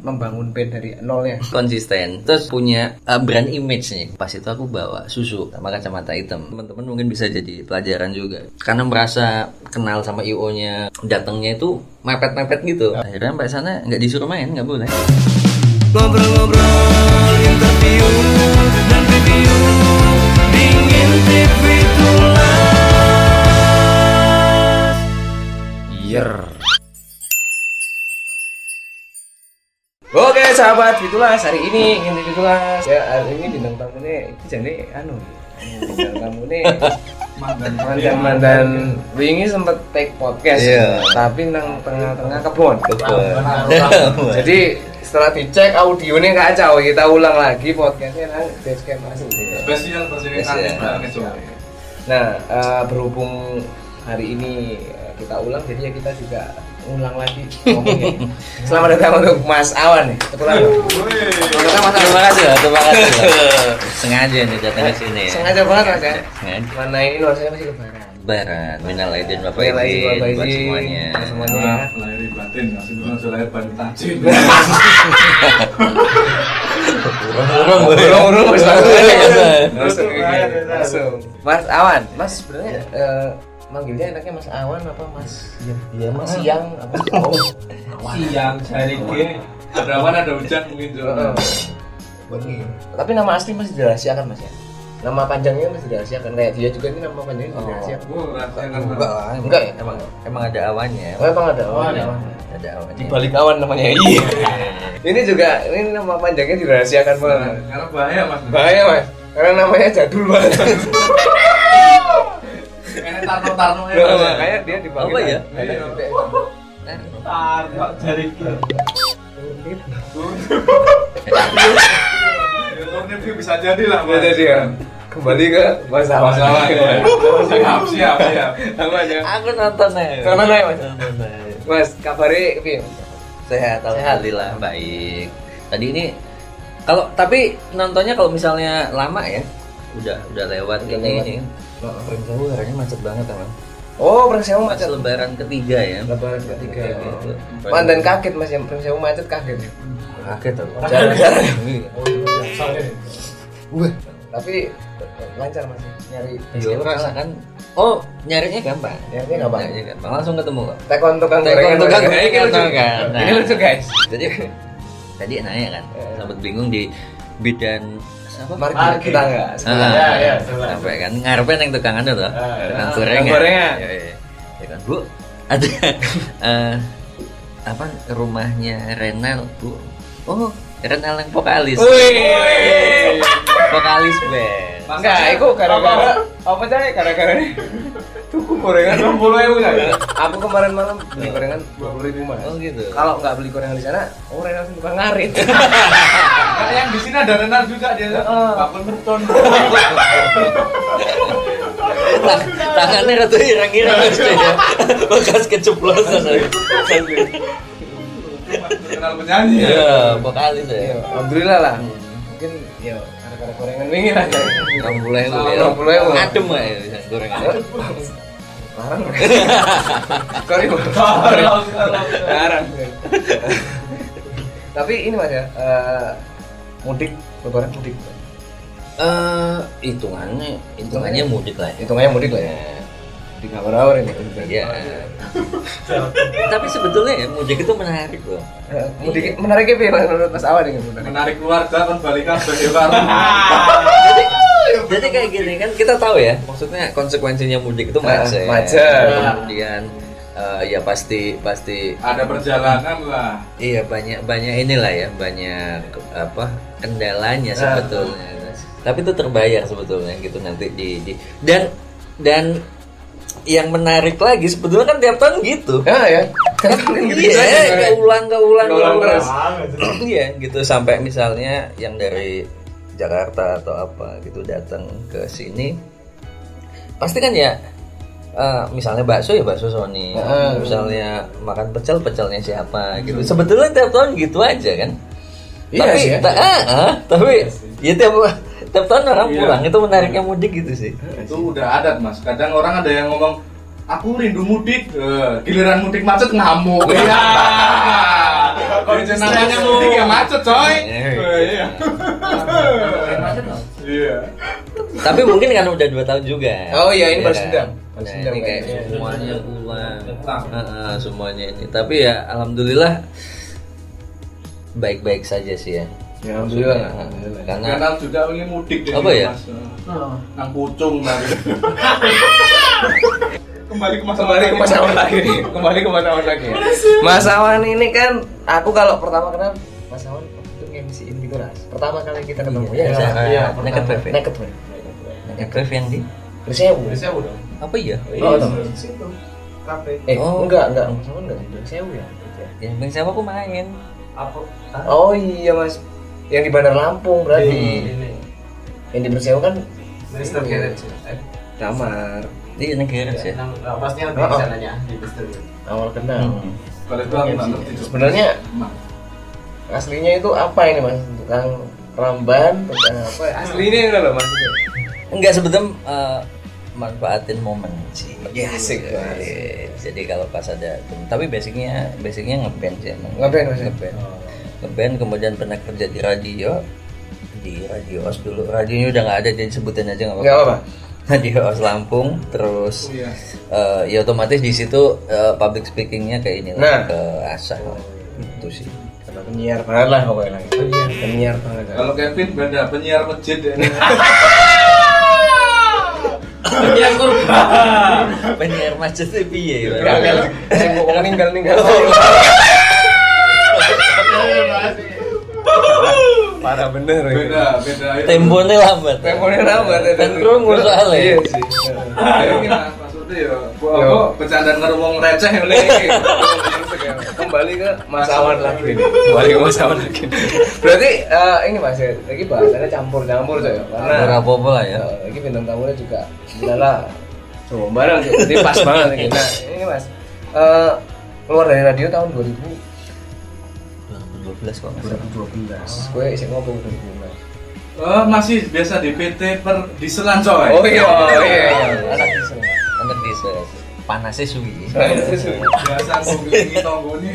membangun band dari nolnya? Konsisten, terus punya brand image nih. Pas itu aku bawa susu sama kacamata hitam. Teman-teman mungkin bisa jadi pelajaran juga. Karena merasa kenal sama IO-nya, datangnya itu mepet-mepet gitu. Akhirnya sampai sana nggak disuruh main, nggak boleh. Ngobrol-ngobrol, interview dan review, dingin TV tulas. Yer. Oke sahabat Fitulas, hari ini ingin Fitulas ya, hari ini bintang tamunya itu jadi bintang tamunya mantan wingi sempet take podcast, tapi nang tengah-tengah kebun. Jadi setelah dicek audionya kacau, kita ulang lagi podcastnya nang Basecamp asli. Spesial Nah, berhubung hari ini kita ulang, jadi ya kita juga ulang lagi ngomongnya. Selamat datang untuk Mas Awan nih. Terima kasih. Sengaja nih datang ke sini. Sengaja banget Mas ya. Sengaja. Mana ini luasnya masih lebaran. Minal aidin bapak izin buat semuanya. Lahir batin, masih belum lahir batin tajin. Urung Mas Awan, Mas sebenarnya manggilnya enaknya Mas Awan apa Mas? Iya Mas Siang apa? Siang cari ke. Ada awan ada hujan mungkin juga. Tapi nama asli masih dirahasiakan Mas ya? Nama panjangnya masih dirahasiakan, kayak dia juga ini nama panjangnya dirahasiakan. Enggak ya? Emang ada awannya. Oh emang ada awan. Ada awannya. Di balik awan namanya. Iya. Ini juga ini nama panjangnya dirahasiakan banget. Karena bahaya Mas. Bahaya Mas. Karena namanya jadul banget. Kayak Tarno ya. Kayak dia dipanggil. Apa ya? Tarno jari ke. Turun bisa jadi lah. Bisa jadi ya. Kembali ke masalah. Siap. Namanya. Aku nonton ya. Nonton ya Mas. Mas, kabarnya piye? Sehat, alhamdulillah baik. Tadi ini tapi nontonnya kalau misalnya lama ya, udah lewat ini. Pringsewu harusnya macet banget emang. Oh, Pringsewu macet. Lebaran ketiga ya. Lebaran ketiga. Gitu. Mandan kaget Mas yang Pringsewu macet kaget. Kaget tuh. Jarang-jarang. Tapi lancar Mas nyari. Iya, kan. Oh, nyarinya gampang. Nyarinya gampang. Langsung ketemu kok. Tekon tukang gorengan. Kan. Ini lucu guys. Jadi tadi nanya kan, sempat bingung di bidan apa? Market tangga. Ya. Sampai kan ngarepe nang tukang anu to. Tukang gorengan. Ya kan, Bu. Ada apa rumahnya Renal, Bu. Oh, Renal yang vokalis. Vokalis band. Enggak, itu gara-gara apa sih? Gara-gara ini tuku gorengan 20.000 ya. Aku kemarin malam beli gorengan 20.000 Mas. Oh gitu. Kalau nggak beli gorengan di sana, Renal sih tukang ngarit. Yang di sini ada Renal juga dia. Bakul mercon. Tangannya rada irang-irang ya. Bekas keceplosan. Kenal penyanyi ya. Iya, vokalis ya. Alhamdulillah lah. Mungkin ya gara-gara gorengan wingi lah. 20.000. Adem ya gorengan. Larang. Sorry. Larang. Tapi ini Mas ya, mudik, lebaran mudik. Hitungannya mudik lah. Hitungannya mudik lah ya. Di kamar ini. Iya. Tapi sebetulnya ya mudik itu menarik loh. Mudik menariknya apa menurut Mas Awan ini? Menarik keluarga kan balikan sebagai baru. Jadi kayak gini kan kita tahu ya, maksudnya konsekuensinya mudik itu macet. Kemudian ya pasti ada perjalanan lah. Iya banyak inilah ya, banyak apa kendalanya sebetulnya. Tapi itu terbayar sebetulnya gitu nanti dan yang menarik lagi sebetulnya kan tiap tahun gitu. Ya. Iya, keulang terus. Iya, gitu sampai misalnya yang dari Jakarta atau apa gitu datang ke sini pasti kan ya misalnya bakso ya bakso Sony, misalnya makan pecelnya siapa gitu. Sebetulnya tiap tahun gitu aja kan. Iya tapi sih, ya. Tapi ya tiap tahun orang pulang, itu menariknya mudik gitu sih. Itu udah adat Mas. Kadang orang ada yang ngomong aku rindu mudik, giliran mudik macet ngamuk. Iya. Kalau namanya mudik ya macet coy. Iya. Iya. Tapi mungkin kan udah 2 tahun juga. Oh iya, ini Ya balas kan? dendam. Nah, Balas dendam ini kayak kayaknya. semuanya ulang. Semuanya ini. Tapi ya alhamdulillah baik-baik saja sih ya. Ya, alhamdulillah. Karena Kenal juga ini mudik deh. Apa ya? Mas. Nang Pucung tadi. Kembali ke masa Kembali ke Mas Awan lagi. Kembali ke Mas Awan lagi. Ya. Mas Awan ini kan aku kalau pertama kenal Mas Awan itu MC-in gitu Ras. Pertama kali kita ketemu. Iya, Naked Wave. Naked Wave. Naked Wave yang di Bersewu. dong. apa ya? Oh, tahu. Situ. Kafe. Enggak. Mas Awan enggak Bersewu ya. Yang Bang siapa aku main? Apa? Oh iya Mas. Yang di Bandar Lampung berarti. Yang di Bersewu kan Mister Garage. Damar. Di negara sih. Pastinya lebih bisa nanya di Mister. Awal kenal. Kalau itu aku nggak ngerti. Sebenarnya aslinya itu apa ini Mas? Tukang ramban, tukang apa? Aslinya itu loh Mas. Enggak sebetulnya manfaatin momen sih. Ya, asik, Iya. Mas. Jadi kalau pas ada tapi basicnya ngeband sih emang. Ngeband, Mas, ya? Ngeband kemudian pernah kerja di radio OS dulu. Radionya udah nggak ada jadi sebutin aja nggak Enggak apa-apa. Radio OS Lampung terus Iya. ya otomatis di situ public speakingnya kayak ini Nah. lah ke asah itu sih. Karena penyiar banget lah pokoknya. Penyiar banget. Kalau Kevin beda penyiar masjid ya. Penyiar macet itu piye ya? Saya mau ninggal. Parah bener. Beda. Temponya lambat. Temponya lambat. Dan krungu soalnya. Iya sih. Ini Mas, maksudnya ya, apa bercandaan karo wong receh ngene iki. Kembali ke Mas Awan lagi. Berarti ini Mas ya, lagi bahasannya campur coy. Karena Apa lah ya. lagi bintang tamunya juga adalah coba bareng. Jadi pas banget ini. Nah, ini Mas. Keluar dari radio tahun 2012 kok. 2012. Gue isih ngomong 2012. Masih biasa di PT Perdiselan coy. Oh iya. Anak iseng. Anak desa. Panasnya suwi. Biasa ngomongin tonggone.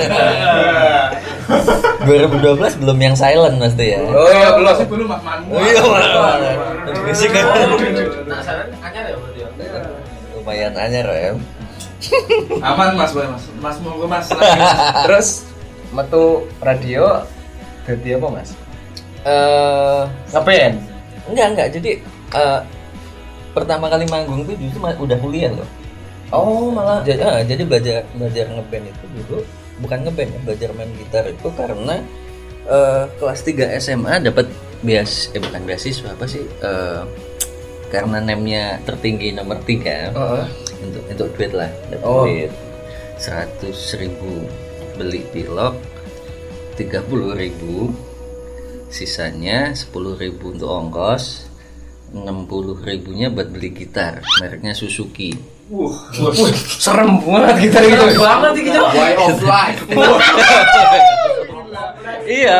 2012 belum yang silent pasti ya. Oh iya belum. Masih belum Mas Manmu. Oh iya, Basic kan. Penasaran anyar ya berarti ya. Lumayan anyar ya. Aman Mas, boleh Mas. Mas monggo Mas. Terus metu radio jadi apa Mas? Ngapain? Enggak. Jadi pertama kali manggung tuh justru udah kuliah loh. Oh malah. Jadi belajar ngeband itu dulu bukan ngeband ya, belajar main gitar itu karena kelas 3 SMA dapat bukan beasiswa apa sih? Karena name-nya tertinggi nomor 3 untuk duit lah, dapat duit 100.000 beli pilok, 30.000 sisanya 10.000 untuk ongkos, 60.000-nya buat beli gitar mereknya Suzuki. Serem banget gitar gitu. Banget iki Cok. Way of life. Iya.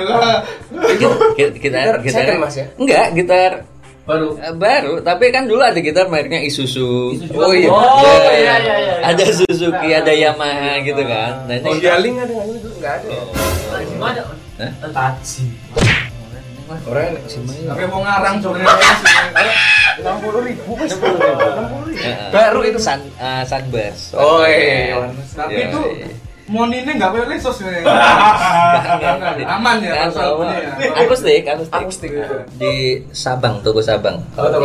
Gitar second, Mas, ya? Enggak, gitar baru, tapi kan dulu ada gitar mereknya Isuzu. Oh iya. Iya. Ada Suzuki, ada Yamaha gitu kan. Nah, ini Galing ada nggak itu? Nggak ada. Gimana? Hah? Taji. Orang Tapi mau ngarang coy. 60.000 Mas. baru itu Sunburst. Oh iya. Tapi Iya, itu iya. Monine enggak boleh lesos ya. Aman ya Kan, asal beli ya. akustik di Sabang, toko Sabang.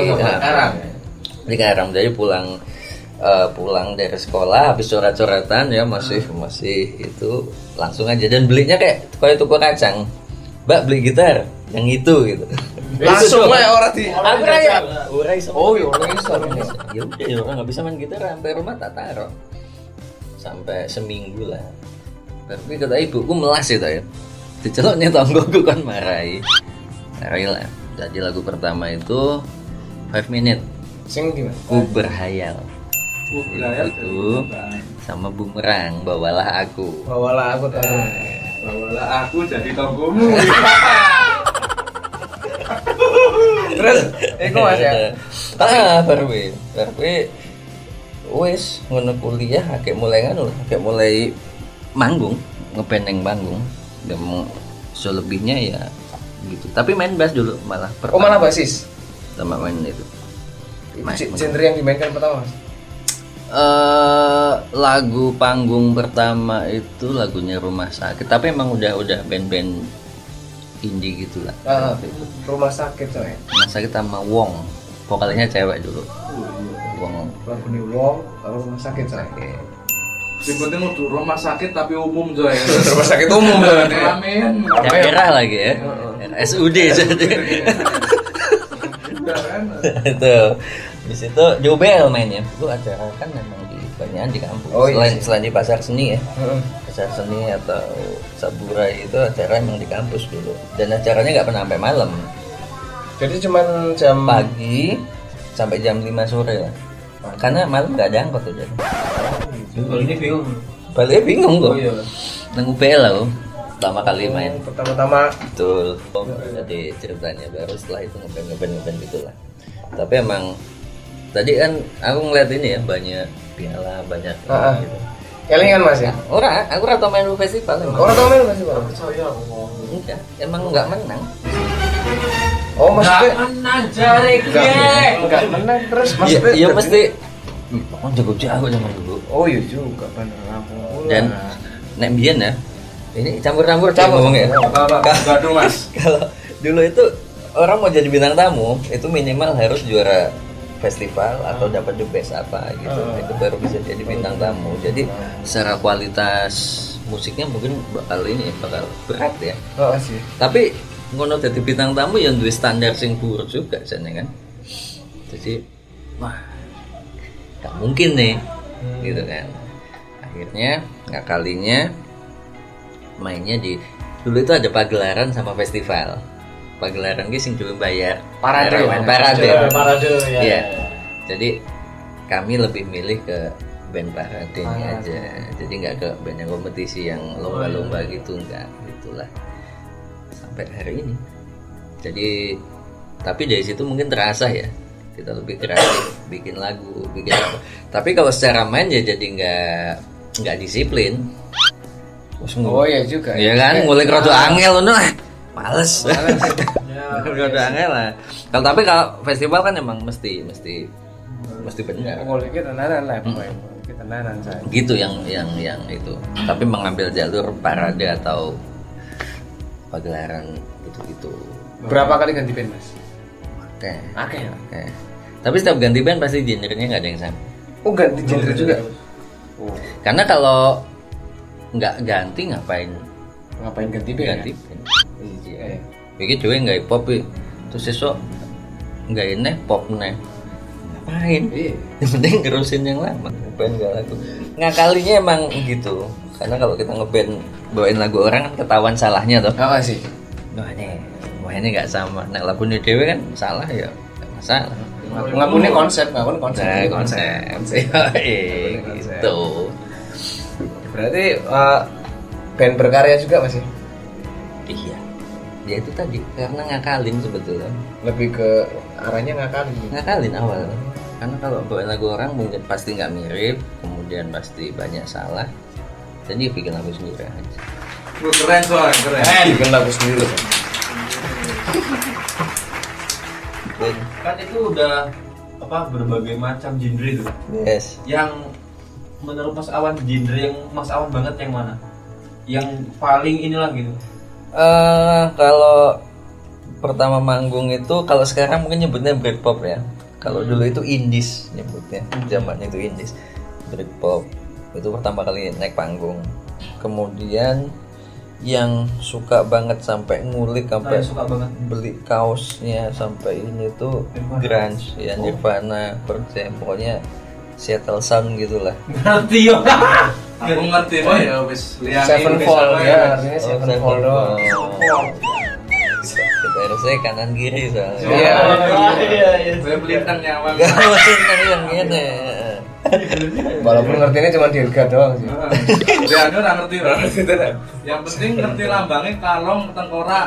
Di Karam. Jadi pulang dari sekolah habis coret-coretan ya masih itu langsung aja dan belinya kayak toko kacang. Mbak beli gitar yang itu gitu. Langsung lah orang di. Aku raya. Oh iya orang itu. Ya udah ya orang nggak bisa main gitar sampai rumah tak taruh sampai seminggu lah. Tapi kata ibuku melas itu ya. Diceloknya tonggoku kan marahi lah. Jadi lagu pertama itu 5 Minute. Sing gimana? Ku berhayal. Itu sama Bumerang, bawalah aku. Bawalah aku tahu. Bawalah aku jadi tonggomu. Terus, itu Mas ya. Baru wis ngono kuliah akeh mulai manggung ngeband yang panggung, nggak mau selebihnya ya gitu. Tapi main bass dulu malah. Oh malah basis. Sama main itu. Genre yang dimainkan pertama Mas? Lagu panggung pertama itu lagunya Rumah Sakit. Tapi emang udah band-band indie gitulah. Rumah Sakit coy. Rumah Sakit sama Wong. Vokalnya cewek dulu. Wong. Lagu ini Wong, Rumah Sakit coy. Yang penting udah rumah sakit tapi umum coy. Rumah sakit umum banget ya. Amin. Daerah lagi ya. SUD jadi. Itu. Di situ Jobel mainnya. Itu acara kan memang di banyak di kampus. Oh, iya. Selain di pasar seni ya. Pasar seni atau Saburai itu acara emang di kampus dulu. Dan acaranya nggak pernah sampai malam. Jadi cuman jam Pagi sampai jam 5 sore lah. Karena malam nggak ada angkot udah. Kalau ini bingung. Baliknya bingung kok. Oh iya. Nang UPL lah, pertama kali main. pertama-tama Betul. Jadi ceritanya baru setelah itu ngeband gitulah. Tapi emang tadi kan aku ngeliat ini ya banyak piala banyak gitu. kelingan Mas ya. Aku rata main lu festival emang. Orang tahu main Mas Bang. Percaya aku ngomong. Enggak, emang nggak menang. Oh maksudnya menang jare enggak menang terus maksudnya. Iya mesti. Oh jago-jago zaman dulu. Oh iya juga bener aku. Dan nek mbiyen ya. Ini campur-campur ngomongnya. Gaduh Mas. Kalau dulu itu orang mau jadi bintang tamu itu minimal harus juara festival atau dapat the best apa gitu. Itu baru bisa jadi bintang tamu. Jadi secara kualitas musiknya mungkin bakal berat ya. Oh sih. Tapi ngono dadi bintang tamu yang duwe standar sing buruk juga jane kan. Jadi wah gak mungkin nih gitu kan. Akhirnya ngakalinya mainnya di dulu itu ada pagelaran sama festival. Pagelaran ki sing dulu bayar Parade ya. Iya. Jadi kami lebih milih ke band paradenya aja. Jadi nggak ke band yang kompetisi yang lomba-lomba gitu, enggak gitulah. Sampai hari ini. Jadi tapi dari situ mungkin terasa ya kita lebih kreatif bikin lagu, bikin apa. Tapi kalau secara main ya jadi nggak disiplin. Oh iya juga. Iya kan, mulai rada angel ngono lah. Males. Rada angel lah. Kalau festival kan emang mesti benar. Ngoleh kita tenanan lah pokoknya. Kita tenanan saya. Gitu yang itu. Tapi mengambil jalur parade atau pagelaran gitu-gitu. Berapa kali ganti band Mas? Oke. Tapi setiap ganti band pasti genrenya nggak ada yang sama. Oh ganti genre juga. Oh. Karena kalau nggak ganti ngapain Ganti band? ganti band? Iya. Begitu juga nggak hip hop terus esok nggak ini pop nih. Ngapain? Iya. Yang penting terusin yang lama. Ngapain nggak lagu? Ngakalinya emang gitu. Karena kalau kita ngeband bawain lagu orang kan ketahuan salahnya toh. Apa sih? Wah ini nggak sama. Nah lagunya Dewi kan salah ya nggak masalah. Ngapune konsep. Nah, konsep. Gitu. Berarti band berkarya juga Mas ya? Iya. Ya itu tadi karena ngakalin sebetulnya. Lebih ke arahnya Ngakalin awal. Karena kalau bawain lagu orang mungkin pasti nggak mirip, kemudian pasti banyak salah. Jadi bikin lagu sendiri aja. Keren soalnya, keren. Bikin lagu sendiri. Kan itu udah berbagai macam genre itu. Yes. Yang menurut Mas Awan genre yang Mas Awan banget yang mana? Yang paling inilah gitu. Kalau pertama manggung itu kalau sekarang mungkin nyebutnya Britpop ya. Kalau dulu itu Indies nyebutnya. Zamannya itu Indies. Britpop. Itu pertama kali naik panggung. Kemudian yang suka banget sampai ngulik sampai Suka banget. beli kaosnya sampai ini tuh grunge ya Nirvana, Pearl Jam, pokoknya Seattle Sound gitulah. Ngerti yo. Aku ngerti oh ya wis Sevenfold ya, artinya Sevenfold doang. Kita harusnya kanan kiri soalnya. Iya. Gue pelintang nyawa. Gak maksudnya yang ini. Walaupun ngertinya cuma dirga doang sih. Dia ora ngerti ora. Yang penting ngerti lambangnya kalong tengkorak.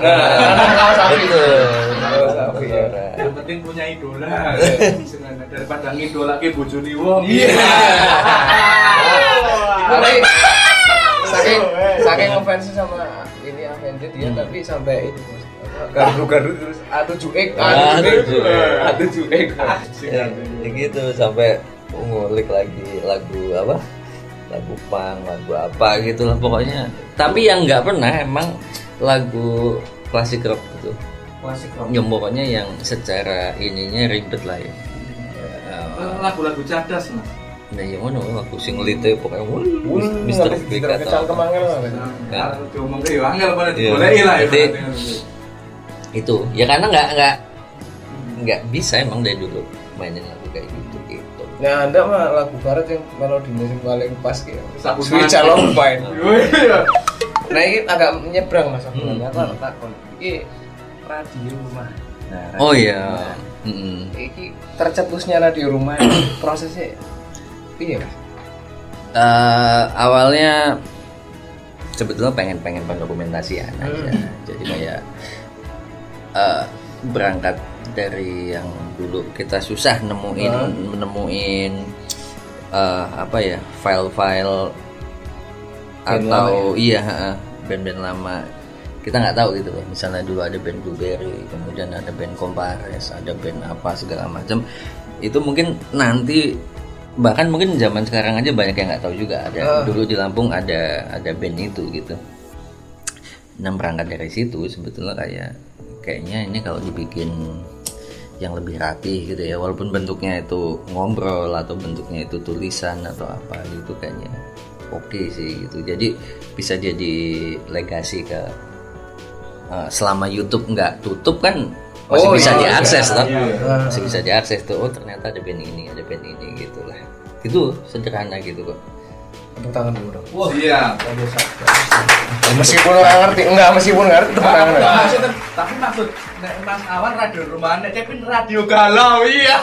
Betul. Yang penting punya idola. Daripada ngidolake bojone wong. Tapi saking ngefans sama ini Avenged dia tapi sampai itu gardu terus A7X Ya gitu sampai ngulik lagi lagu punk, lagu apa gitu lah pokoknya. Tapi yang nggak pernah emang lagu klasik rock gitu. Klasik rock. Yang pokoknya yang secara ininya ribet lah ya. Lagu-lagu cadas mas. Nah yang mana aku sing lite pokoknya Mr. Big atau kecangkem angel lah. Nah, diomong ke yo angel pada diboleh lah ya. Itu ya karena nggak bisa emang dari dulu mainin lagu kayak gitu. Nah, Anda mah lagu barat yang melodinya yang paling pas gitu. Sabu Switch calon main. Nah, ini agak menyeberang Mas aku nanya apa takon. Iki radio rumah. Nah, radio Oh iya. rumah. Iki tercetusnya radio rumah ini prosesnya piye, Mas? Awalnya sebetulnya pengen pendokumentasian aja. Jadi kayak berangkat dari yang dulu kita susah nemuin apa ya file-file Band atau lama iya band-band lama kita nggak tahu gitu loh. Misalnya dulu ada band Blueberry, kemudian ada band Compares, ada band apa segala macam. Itu mungkin nanti bahkan mungkin zaman sekarang aja banyak yang nggak tahu juga ada. Dulu di Lampung ada band itu gitu. Nah berangkat dari situ sebetulnya kayaknya ini kalau dibikin yang lebih rapih gitu ya, walaupun bentuknya itu ngobrol atau bentuknya itu tulisan atau apa gitu kayaknya oke sih gitu. Jadi bisa jadi legasi ke selama YouTube nggak tutup kan masih bisa diakses loh. Masih bisa diakses tuh. Oh ternyata ada band ini gitu lah. Itu sederhana gitu kok. Tepuk tangan dulu dong. Wah iya. Meskipun nggak ngerti, tepuk tangan. Tapi maksud Mas Awan radio rumah nek Kevin radio galau iya.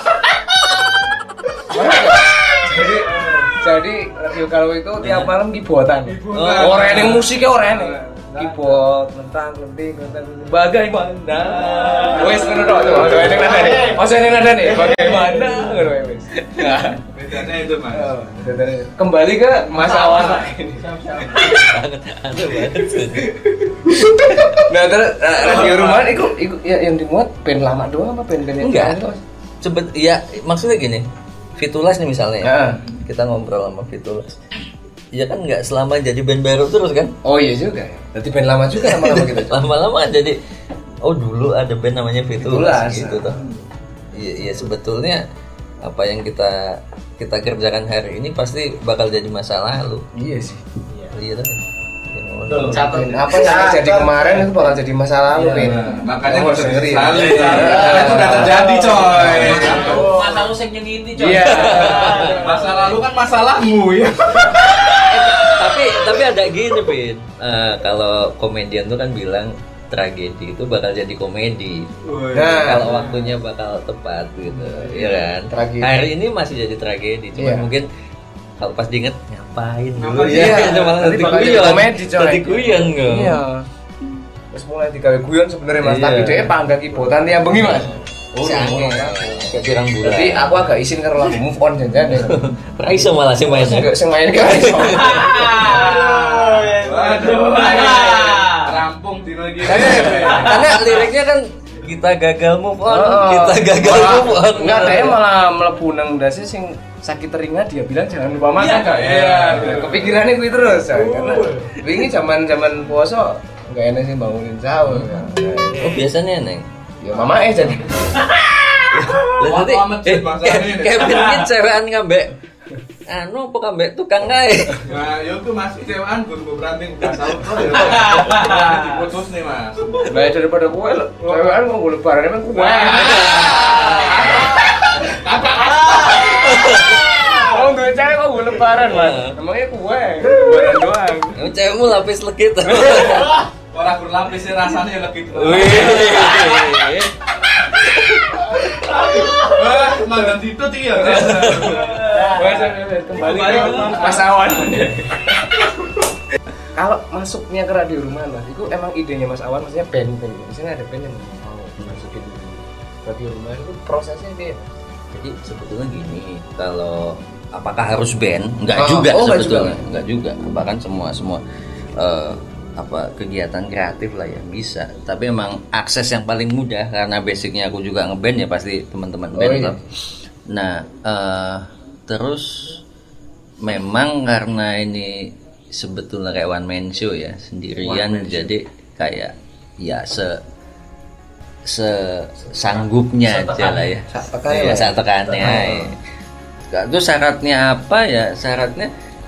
Jadi radio galau itu tiap malam kibotan. Orang yang musiknya orang yang keyboard, lenting, bagaimana? Wes ngono tok tuh, ada yang nada nih. Masa yang nada nih, bagaimana? Ngono wes. Nah, Bedanya itu mas. Kembali ke Mas Awan ini. Ada banget sih. Nah, terus radio rumahan itu ya yang dimuat band lama doang apa band-band yang Enggak. baru? Ya maksudnya gini, Fitulas nih misalnya Ya. kita ngobrol sama Fitulas ya kan nggak selama jadi band baru terus kan. Oh iya juga ya. Berarti band lama juga lama-lama gitu. Lama-lama jadi oh dulu ada band namanya Fitulas gitu Fitulas. toh. Iya sebetulnya apa yang kita kerjakan hari ini pasti bakal jadi masa lalu. Iya sih. Iya kan. Band apa yang terjadi kemarin itu bakal jadi masa lalu, Pin. Makanya Kamu harus harus dengerin. dengerin. Itu udah terjadi coy. Masa lu sing nyengiti coy. Iya. Masa lalu kan masalahmu ya. Tapi ada gini Pin. Kalau komedian tuh kan bilang tragedi itu bakal jadi komedi. Nah, Kalau waktunya bakal tepat gitu, ya kan. Tragedi. Hari ini masih jadi tragedi, cuma Iya. mungkin kalau pas diinget ngapain dulu Ngapain, ya, iya. itu malah Nanti jadi bakal jadi guyon. komedi, coy. Jadi guyon kok. iya. Terus mulai digawe guyon sebenarnya Mas, Iya. tapi dia pangga kibotan tiap bengi Mas. Kayak pirang bulan. Jadi aku agak izin karo lagu move on jangan ya. Raiso malah sih mainnya. Enggak sing main kan iso. Waduh. Rampung di lagi. Karena liriknya kan kita gagal move on, Oh. kita gagal move on. Enggak, dia malah mlebu nang ndase sing sakit telinga dia bilang jangan lupa makan Kak. Iya. Kepikirannya kuwi terus ya. Karena wingi zaman-zaman puasa enggak enak sih bangunin sahur. Oh biasanya neng. Ya mama jadi. Lah nanti amat sih masalahnya ini. Kevin ini cewekan ngambek anu apa ngambek tukang kae. Nah, yo tuh masih cewek guru beranting udah sahur tuh ya. Diputus nih mas. Lah daripada kue lewean kok gue lebaran emang kue. Oh, gue cewek kok gue lebaran, Mas. Emangnya kue, lebaran doang. Emang cewekmu lapis legit. Orang berlapis rasanya lagi. Wih. Wah, mangan itu ya. Kembali ke Mas Awan. Kalau masuknya ke radio rumah Mas, itu emang idenya Mas Awan maksudnya band. Misalnya ada band yang mau masukin radio rumah itu prosesnya dia. Jadi sebetulnya gini, kalau apakah harus band? Enggak Oh, juga oh, enggak sebetulnya, juga. enggak juga. Bahkan semua apa kegiatan kreatif lah ya bisa. Tapi emang akses yang paling mudah karena basicnya aku juga ngeband ya pasti teman-teman band iya. lah. Nah, terus memang karena ini sebetulnya kayak one man show ya, sendirian jadi kayak ya sanggupnya aja lah ya. Satekannya Iya, lah ya. satekannya. Ya. Terus syaratnya apa ya? Syaratnya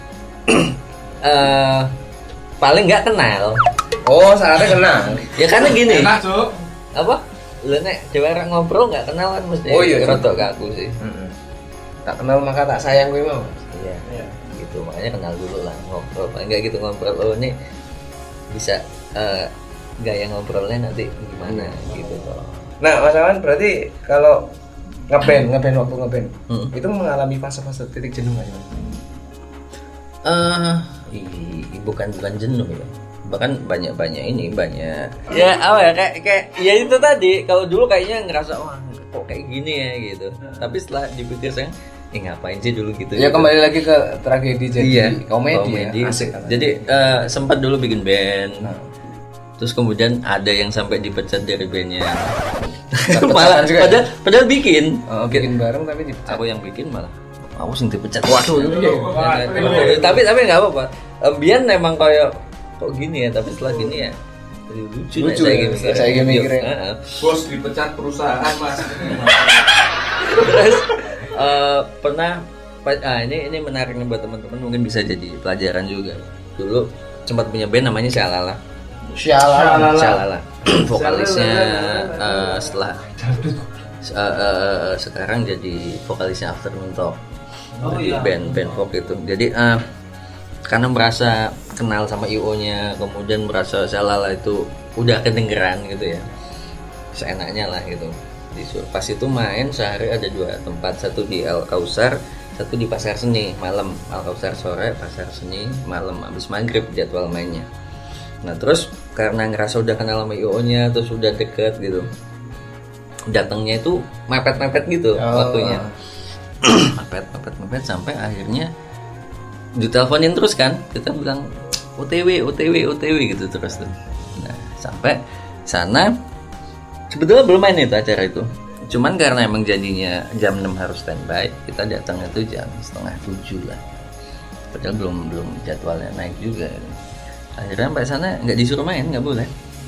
paling nggak kenal. Oh, syaratnya kenal. Ya karena gini. Enak, Cuk. Apa? Lu nek dewara ngobrol nggak kenal kan mesti. Oh, iya, rotok ke aku sih. Tak kenal maka tak sayang gue mau. Iya. Gitu makanya kenal dulu lah ngobrol. Paling nggak gitu ngobrol. Oh ini bisa gaya ngobrolnya nanti gimana gitu toh. Nah, Mas Awan berarti kalau ngeband waktu ngeband itu mengalami fase-fase titik jenuh nggak sih, Mas? Bukan jenuh ya. Bahkan banyak ya apa ya kayak ya itu tadi kalau dulu kayaknya ngerasa wah kok kayak gini ya gitu. Tapi setelah dipikir saya ngapain sih dulu gitu. Ya gitu. kembali lagi ke tragedi jadi Iya, komedi ya. Asik kan. Jadi sempat dulu bikin band. Terus kemudian ada yang sampai dipecat dari bandnya. Malah juga ya? padahal bikin. Bikin bareng tapi dipecat. Aku yang bikin malah aku sing dipecat. Waduh. Tapi nggak apa-apa. Biar memang kayak kok gini ya, tapi setelah gini ya lucu ya, saya gini mikirnya. Bos dipecat perusahaan, Mas. Terus pernah ini menarik nih buat teman-teman, mungkin bisa jadi pelajaran juga. Dulu sempat punya band namanya Syalala. Vokalisnya setelah sekarang jadi vokalisnya Afternoon Talk. Band folk itu. Jadi karena merasa kenal sama IO-nya, kemudian merasa Syalala itu udah kedengeran gitu ya. Seenaknya lah gitu. Pas itu main sehari ada 2 tempat, satu di Al Kausar, satu di Pasar Seni malam. Al Kausar sore, Pasar Seni malam, habis maghrib jadwal mainnya. Nah terus karena ngerasa udah kenal sama IO-nya, terus udah deket gitu, datangnya itu mepet-mepet gitu waktunya. mepet sampai akhirnya diteleponin terus kan, kita bilang OTW gitu terus tuh. Nah sampai sana sebetulnya belum main itu acara itu, cuman karena emang jadinya jam 6 harus standby, kita datangnya tuh jam 6:30 lah, padahal belum jadwalnya naik juga. Akhirnya sampai sana nggak disuruh main, nggak boleh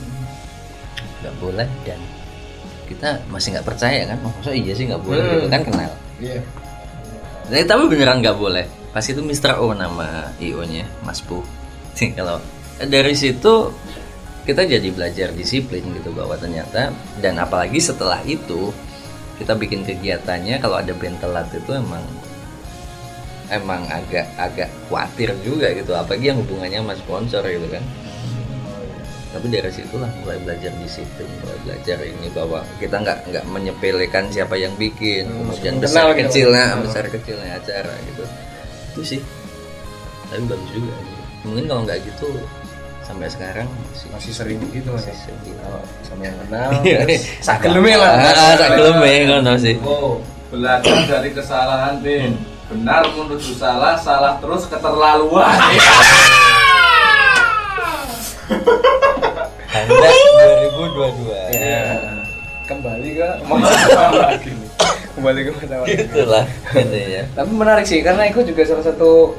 dan kita masih nggak percaya kan, masa iya sih nggak boleh gitu kan, kenal. Iya. Tapi beneran nggak boleh. Pas itu Mr. O nama IO-nya, Mas Pu. Kalau dari situ kita jadi belajar disiplin gitu, bahwa ternyata, dan apalagi setelah itu kita bikin kegiatannya kalau ada band telat itu emang agak khawatir juga gitu, apalagi yang hubungannya sama sponsor gitu kan. Tapi dari situlah mulai belajar disiplin, mulai belajar ini bahwa kita nggak menyepelekan siapa yang bikin, kemudian besar kecilnya acara gitu. Itu sih, tapi bagus juga. Mungkin kalau nggak gitu sampai sekarang masih sering gitu Mas. Sama yang kenal. Sakeleme lah. Sakeleme ngono sih. Oh, belajar dari kesalahan, Bin. Benar menuju salah terus keterlaluan. Anda 2022. Ya. Kembali ke masalah Itulah intinya. Tapi menarik sih karena itu juga salah satu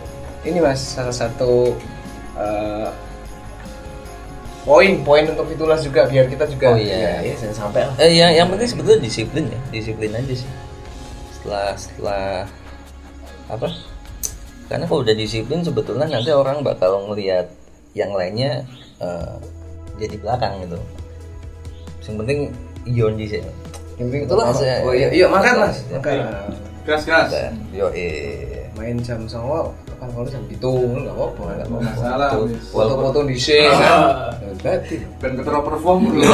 poin untuk Fitulas juga, biar kita juga jangan sampai lah. Yang penting sebetulnya disiplin aja sih. Setelah apa? Karena kalau udah disiplin sebetulnya nanti orang bakal ngelihat yang lainnya jadi belakang gitu. Yang penting Ion di sini. Itulah. Oh iya makan Mas. Gas. Yo main jam 09.00 kan kalau jam 7 enggak apa-apa. Masalah. Foto-foto di sini kan. Berarti ben ketero perform dulu.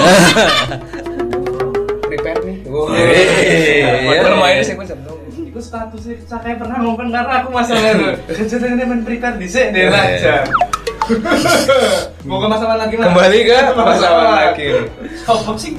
Prepare nih. Iya. Main sih jam 7. Iku statusnya saya pernah ngomong karena aku masalah itu. Kejadian main prepare dhisik deh aja. Mau ke masa lagi Mas? Kembali ke masalah lagi. Apa sih?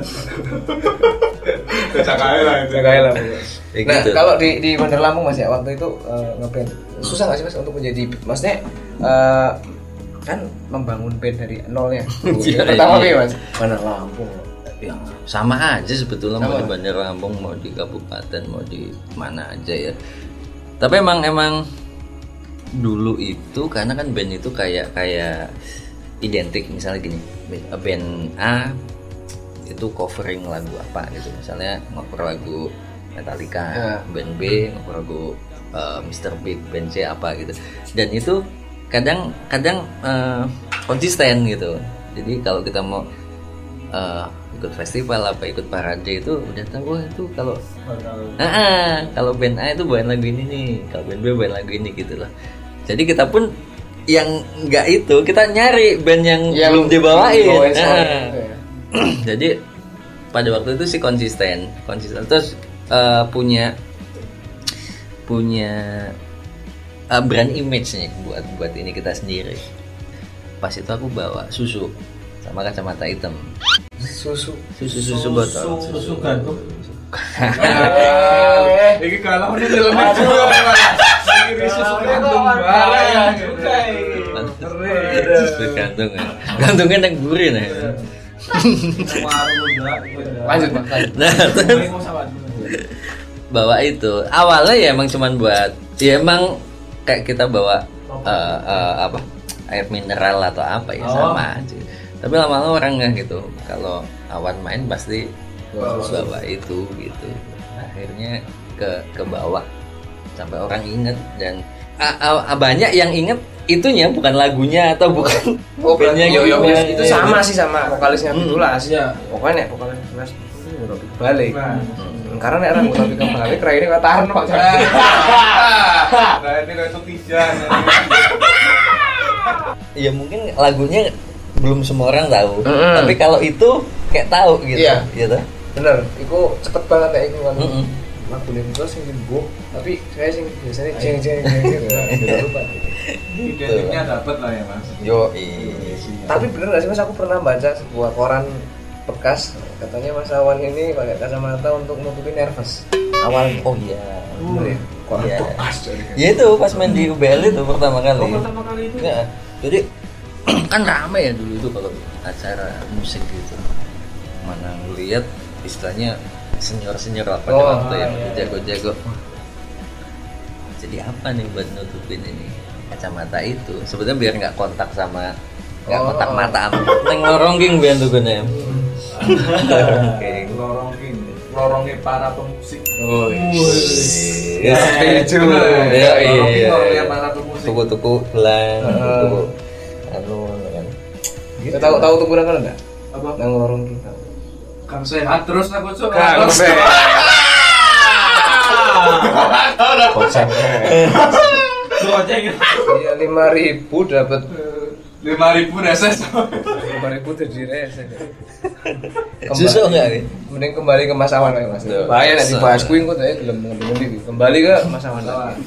Cakain lah itu. Jaga lah. Ya Nah, gitu. kalau di Bandar Lampung Mas ya waktu itu ngeband susah nggak sih Mas untuk menjadi maksudnya kan membangun band dari nolnya. Iya, Pertama iya. nih Mas. Bandar Lampung. Ya, sama aja sebetulnya mau Sama. di Bandar Lampung, mau di kabupaten, mau di mana aja ya. Tapi emang dulu itu karena kan band itu kayak identik, misalnya gini, band A itu covering lagu apa gitu, misalnya ngoper lagu Metallica, Ya. band B ngoper lagu Mr. Big, band C apa gitu, dan itu kadang konsisten gitu. Jadi kalau kita mau ikut festival apa ikut parade itu udah tahu wah, itu kalau kalau band A itu bawain lagu ini nih, kalau band B bawain lagu ini gitu loh. Jadi kita pun yang nggak itu kita nyari band yang belum dibawain. dibawain soalnya Ah. gitu ya. Jadi pada waktu itu sih konsisten terus punya brand image nih buat ini kita sendiri. Pas itu aku bawa susu sama kacamata hitam. Susu. Susu botol. Susu gantung. Iki kalau ini dalam juga. Iki susu gantung barang. Susu gantung ya. Gantungnya nang buri nih. Lanjut Mas. Lanjut. Nah, terus bawa itu awalnya ya emang cuman buat ya emang kayak kita bawa apa air mineral atau apa ya sama aja. Tapi lama-lama orang nggak gitu. Kalau Awan main pasti bawa itu gitu. Akhirnya ke bawah sampai orang inget dan banyak yang inget itunya bukan lagunya atau bukan Oh, bandnya yo gimana. itu sama sih sama vokalisnya Bitulas. Iya. Pokoknya vokalis Bitulas Robi balik. Nah. Karena nek orang Robi balik kira ini kata Tarno Pak. Nah, ini kayak Sotijan. Ya mungkin lagunya belum semua orang tahu. Mm-mm. Tapi kalau itu kayak tahu gitu. Iya. Gitu. Bener, iku cepet banget ya iku kan. Mm-mm. Lagu Bitulas sing nyembuh, tapi saya sing biasanya jeng tidak lupa. Identiknya dapat lah ya Mas. Yo, Tapi bener gak sih Mas, aku pernah baca sebuah koran bekas katanya Mas Awan ini pakai kacamata untuk nutupin nervous awalnya. Oh iya. Bener ya? Koran Iya. bekas jadi kan. Ya itu pas main di UBL itu pertama kali. Pertama kali itu. Ya, jadi kan rame ya dulu itu kalau acara musik gitu. Mana ngeliat istilahnya senior lah pada Oh, waktu yang iya. jago-jago. Jadi apa nih buat nutupin ini kacamata itu? Sebetulnya biar nggak kontak sama nggak Oh. kontak mata sama neng lorongking biar tuh gue Lorongnya para pemusik. Oh, Ya, setuju. Iya, iya. Lorongnya para pemusik. tuku-tuku gelang, tuku anu kan. Kita tahu tuh kurang kan enggak? Apa? Nang lorong kita. Kang sehat terus aku cok. Kang Goceng. Iya 5.000 dapat 5.000 reses. 5.000 jadi rese. Susu enggak nih? Mending kembali ke Mas Awan ya Mas. Tuh. Bahaya nanti bahas kuing kok saya gelem ngomong kembali ke Mas Awan lagi.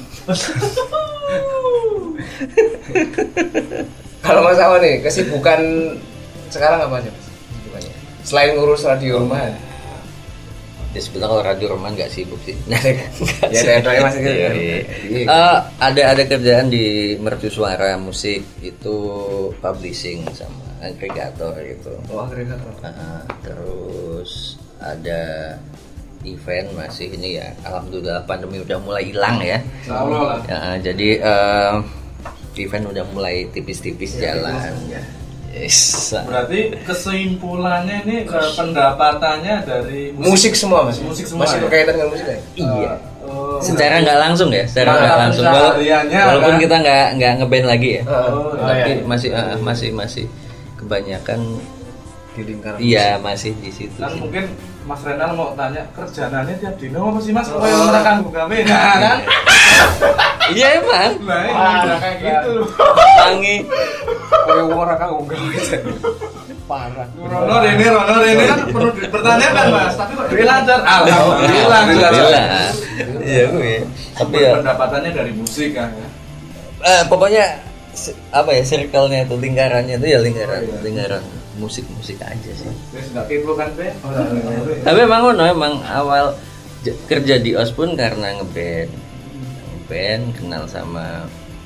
Kalau Mas Awan nih kesibukan sekarang apa aja Mas? Kesibukannya? Selain ngurus radio rumahan. Ya sebetulnya kalau radio Roman nggak sibuk sih. Ya saya masih gitu. Iya, kan. iya. Iya. Ada kerjaan di Mercu Suara Musik itu publishing sama agregator gitu. Oh, agregator. Terus ada event masih ini ya. Alhamdulillah pandemi udah mulai hilang ya. Insyaallah lah. Ya, jadi event udah mulai tipis-tipis jalan. Yes. Berarti kesimpulannya ini pendapatannya dari Musik semua Mas. Musik semua, Masih ya? berkaitan dengan musik ya? Iya. Oh, Secara nggak langsung ya, secara nggak langsung. Sehariannya Walaupun kan? kita nggak ngeband lagi ya. Oh, Tapi iya. masih kebanyakan Di lingkaran. iya masih di situ. Kan sih. mungkin Mas Renal mau tanya kerjaannya tiap dino apa sih Mas? Kok yang ora kanggo gawe? Nah, kan? Iya emang. Lah, ini kayak gitu. Tangi. Kayak wong ora kanggo gawe. Parah. Rono Rene kan perlu dipertanyakan Mas, tapi kok jadi lancar? Alhamdulillah. Alhamdulillah. Iya gue. Tapi ya Pendapatannya dari musik kan ya. pokoknya apa ya circle-nya itu, lingkarannya itu ya lingkaran musik aja sih. Wis enggak tipu kan, Be? Tapi emang emang awal kerja di OS pun karena ngeband kenal sama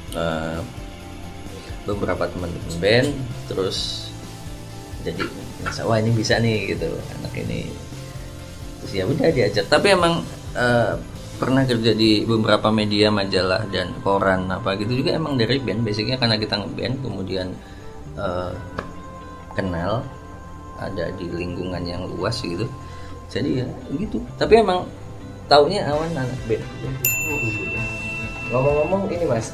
beberapa teman-teman band, terus jadi wah ini bisa nih gitu anak ini, terus ya udah diajak. Tapi emang pernah kerja di beberapa media, majalah dan koran apa gitu juga emang dari band, basicnya karena kita ngeband, kemudian kenal, ada di lingkungan yang luas gitu, jadi ya gitu. Tapi emang taunya Awan anak band. Ngomong-ngomong ini Mas,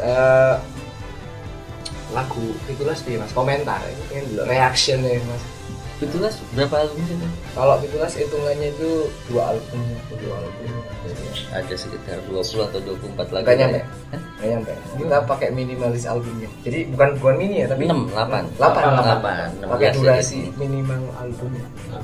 lagu Fitulas di Mas, komentar ini dulu reactionnya Mas. Fitulas berapa album sih? Kalau Fitulas hitungannya itu 2 album. Ada sekitar 20 atau 24 lagu. Nggak nyampe. Nggak nyampe. Kita pakai minimalis albumnya. Jadi bukan mini ya, tapi 8. Pakai durasi minimal albumnya.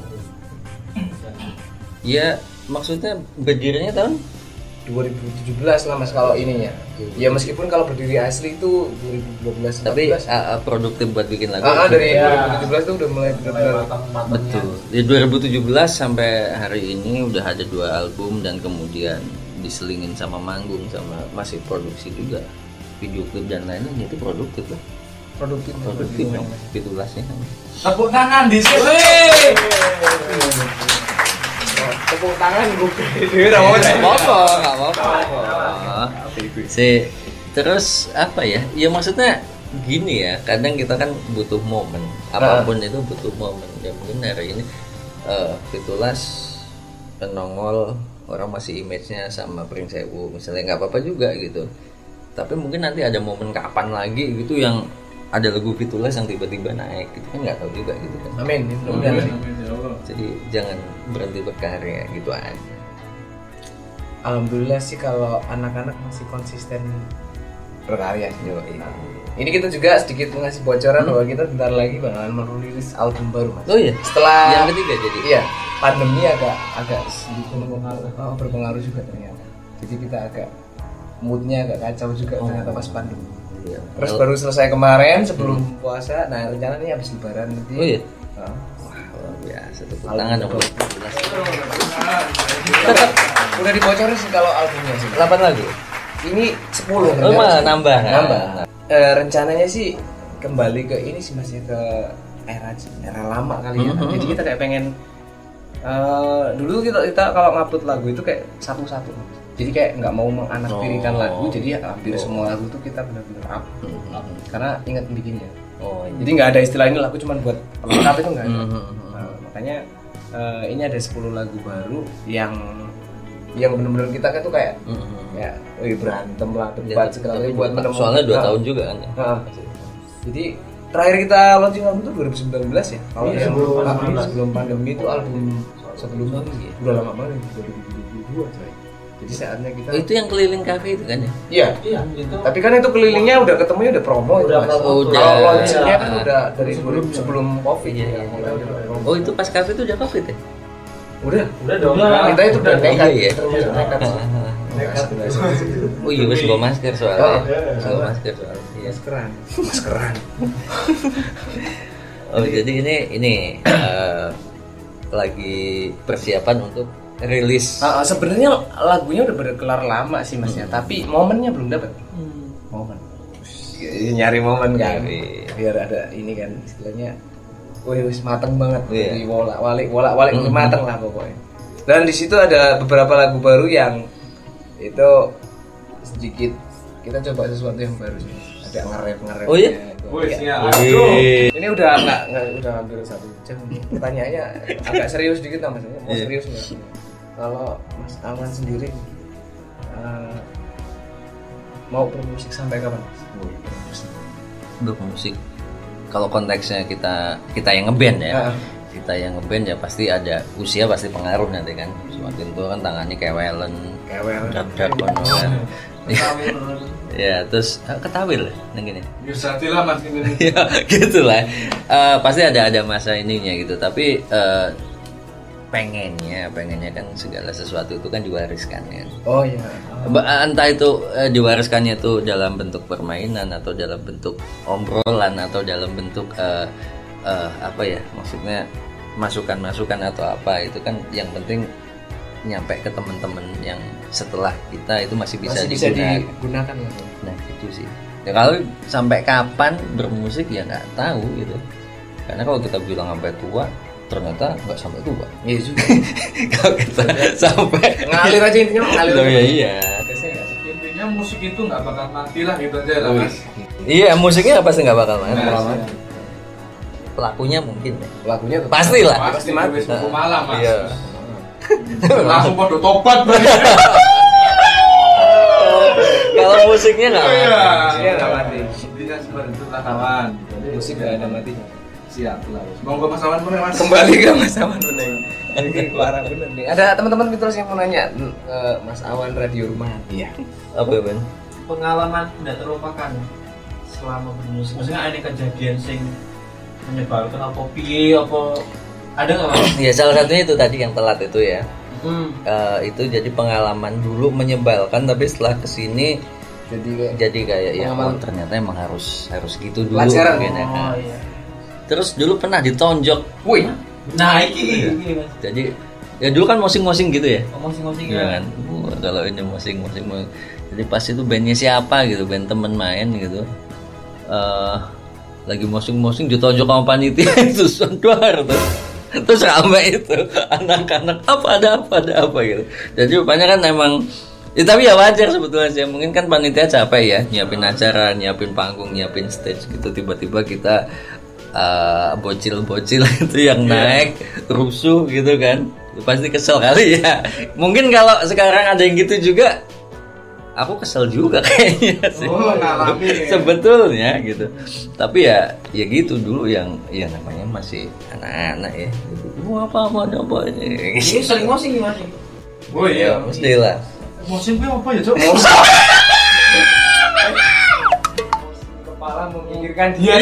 Ya, maksudnya berdirinya tahun 2017 lah Mas kalau ininya. Ya meskipun kalau berdiri asli itu 2012. Tapi produktif buat bikin lagu. Dari 2017 itu udah mulai benar-benar. Betul. Di 2017 sampai hari ini udah ada 2 album, dan kemudian diselingin sama manggung, sama masih produksi juga video klip dan lain-lain, itu produktif lah. Produktif dong Fitulasnya kan. Tepuk tangan di sini. Tepuk tangan gue. Nggak apa-apa. Terus apa ya? Ya maksudnya gini ya, kadang kita kan butuh momen. Apapun itu butuh momen. Ya mungkin hari ini Fitulas nongol, orang masih image-nya sama Prince Sewu misalnya, nggak apa-apa juga gitu. Tapi mungkin nanti ada momen kapan lagi gitu yang ada lagu Fitulas yang tiba-tiba naik gitu kan, nggak tahu juga gitu kan. Amin. Jadi jangan berhenti berkarya gitu aja. Alhamdulillah sih kalau anak-anak masih konsisten berkarya. Ini kita juga sedikit ngasih bocoran bahwa kita bentar lagi bakalan merilis album baru Mas. Oh iya. Setelah yang ketiga jadi. Iya, pandemi agak sedikit berpengaruh juga ternyata. Jadi kita agak moodnya agak kacau juga ternyata pas pandemi. Iya. Terus baru selesai kemarin sebelum puasa. Nah rencana ini habis lebaran nanti. Oh iya. Wah, luar biasa, tepuk tangan dong. Udah dibocorin sih kalau albumnya sih. 8 lagu. Ini 10. Oh malah nambah. Rencananya sih kembali ke ini sih Mas, ya ke era lama kali ya. Jadi kita kayak pengen dulu kita kalau ngupload lagu itu kayak satu-satu. Jadi kayak nggak mau menganaktirikan lagu, jadi hampir semua lagu tuh kita benar-benar up. Karena ingat bikinnya. Jadi nggak ada istilah ini lagu cuma buat pelengkap, itu nggak ada. Makanya ini ada 10 lagu baru yang benar-benar kita kan tuh kayak ya berantem lah, debat segala macam buat menemukan. Soalnya 2 tahun juga kan ya. Jadi terakhir kita launching album itu 2019 ya. Kalau yang sebelum pandemi itu album sebelumnya udah lama banget, 2022 coy. Jadi saatnya kita. Oh, itu yang keliling kafe itu kan ya? Iya. Tapi kan itu kelilingnya udah ketemunya udah promo itu Mas. Kalau launchingnya kan udah dari sebelum Covid ya. Oh, itu pas kafe itu udah Covid ya? Udah dong. Kita itu udah nekat. Iya. Nekat. Oh iya, harus bawa masker soalnya. Bawa masker soalnya. Iya. Maskeran. Oh, jadi ini lagi persiapan untuk rilis. Sebenarnya lagunya udah berkelar lama sih Mas ya, tapi momennya belum dapat. Momen. Nyari momen kan. Biar ada ini kan istilahnya. Wis mateng banget. Di walik mateng lah pokoknya. Dan di situ ada beberapa lagu baru yang itu sedikit kita coba sesuatu yang baru sih. Ada nge-rap. Oh iya? Ini udah udah hampir 1 jam. Pertanyaannya agak serius dikit lah Mas. Mau serius nggak? Kalau Mas Awan sendiri mau bermusik sampai kapan? Bermusik. Kalau konteksnya kita yang ngeband ya. Kita yang ngeband ya pasti ada usia, pasti pengaruh nanti kan. Semakin tua kan tangannya kewelen. Dap-dap kan. Ya, terus ketawil yang gini. Bisa lah Mas ini. Ya, gitulah. Pasti ada masa ininya gitu. Tapi pengennya kan segala sesuatu itu kan diwariskan ya. Oh iya. Entah itu diwariskannya itu dalam bentuk permainan atau dalam bentuk obrolan atau dalam bentuk apa ya, maksudnya masukan-masukan atau apa, itu kan yang penting nyampe ke teman-teman yang setelah kita itu masih bisa digunakan ya. Nah itu sih ya, kalau sampai kapan bermusik ya nggak tahu gitu, karena kalau kita bilang sampai tua ternyata nggak sampai tua. Iya juga. Kalau kita sampai ngalir aja, intinya ngalir oh, aja. Iya. Intinya musik itu nggak bakal mati lah gitu aja lah mas. Iya, musiknya pasti nggak bakal mati. Nah, Pelakunya mungkin ya. Lagunya tetap Pastilah. pasti mati. Suku malam mas. Iya. Langsung pada tobat berarti. Kalau musiknya nggak mati. Iya, nggak mati. Intinya seperti itu lah kawan. Musik nggak ada matinya. Siap lah. Monggo Mas Awan pun mas. Kembali ke Mas Awan bener. Ini parah bener nih. Ada teman-teman Mitros yang mau nanya Mas Awan Radio Rumahan. Iya. Apa ya, Ben? Pengalaman tidak terlupakan selama bermusik. Maksudnya ada kejadian sing menyebalkan apa piye apa ada nggak Mas? Ya salah satunya itu tadi yang telat itu ya. Itu jadi pengalaman dulu menyebalkan, tapi setelah kesini jadi kayak ya oh, ternyata emang harus gitu dulu. Pelajaran. Mungkin, ya. Oh iya. Terus dulu pernah ditonjok. Wih. Nah ini Mas. Jadi ya dulu kan mosing-mosing gitu ya. Mosing-mosing Iya kan. Kalau ini mosing. Jadi pas itu bandnya siapa gitu, band temen main gitu. Lagi mosing-mosing ditonjok sama panitia itu sonduar tuh. Terus ramai itu anak-anak ada apa gitu. Jadi rupanya kan emang ya, tapi ya wajar sebetulnya sih. Mungkin kan panitia capek ya nyiapin acara, nyiapin panggung, nyiapin stage gitu. Tiba-tiba kita bocil-bocil itu yang naik rusuh gitu kan, pasti kesel kali ya. Mungkin kalau sekarang ada yang gitu juga, aku kesel juga kayaknya sih. Sebetulnya gitu. Tapi ya gitu dulu yang namanya masih anak-anak ya. Wah apa ini. Ini sering mosing Mas. Oh iya. Mesti lah. Mosing gue apa ya cok? Kepala memikirkan dia.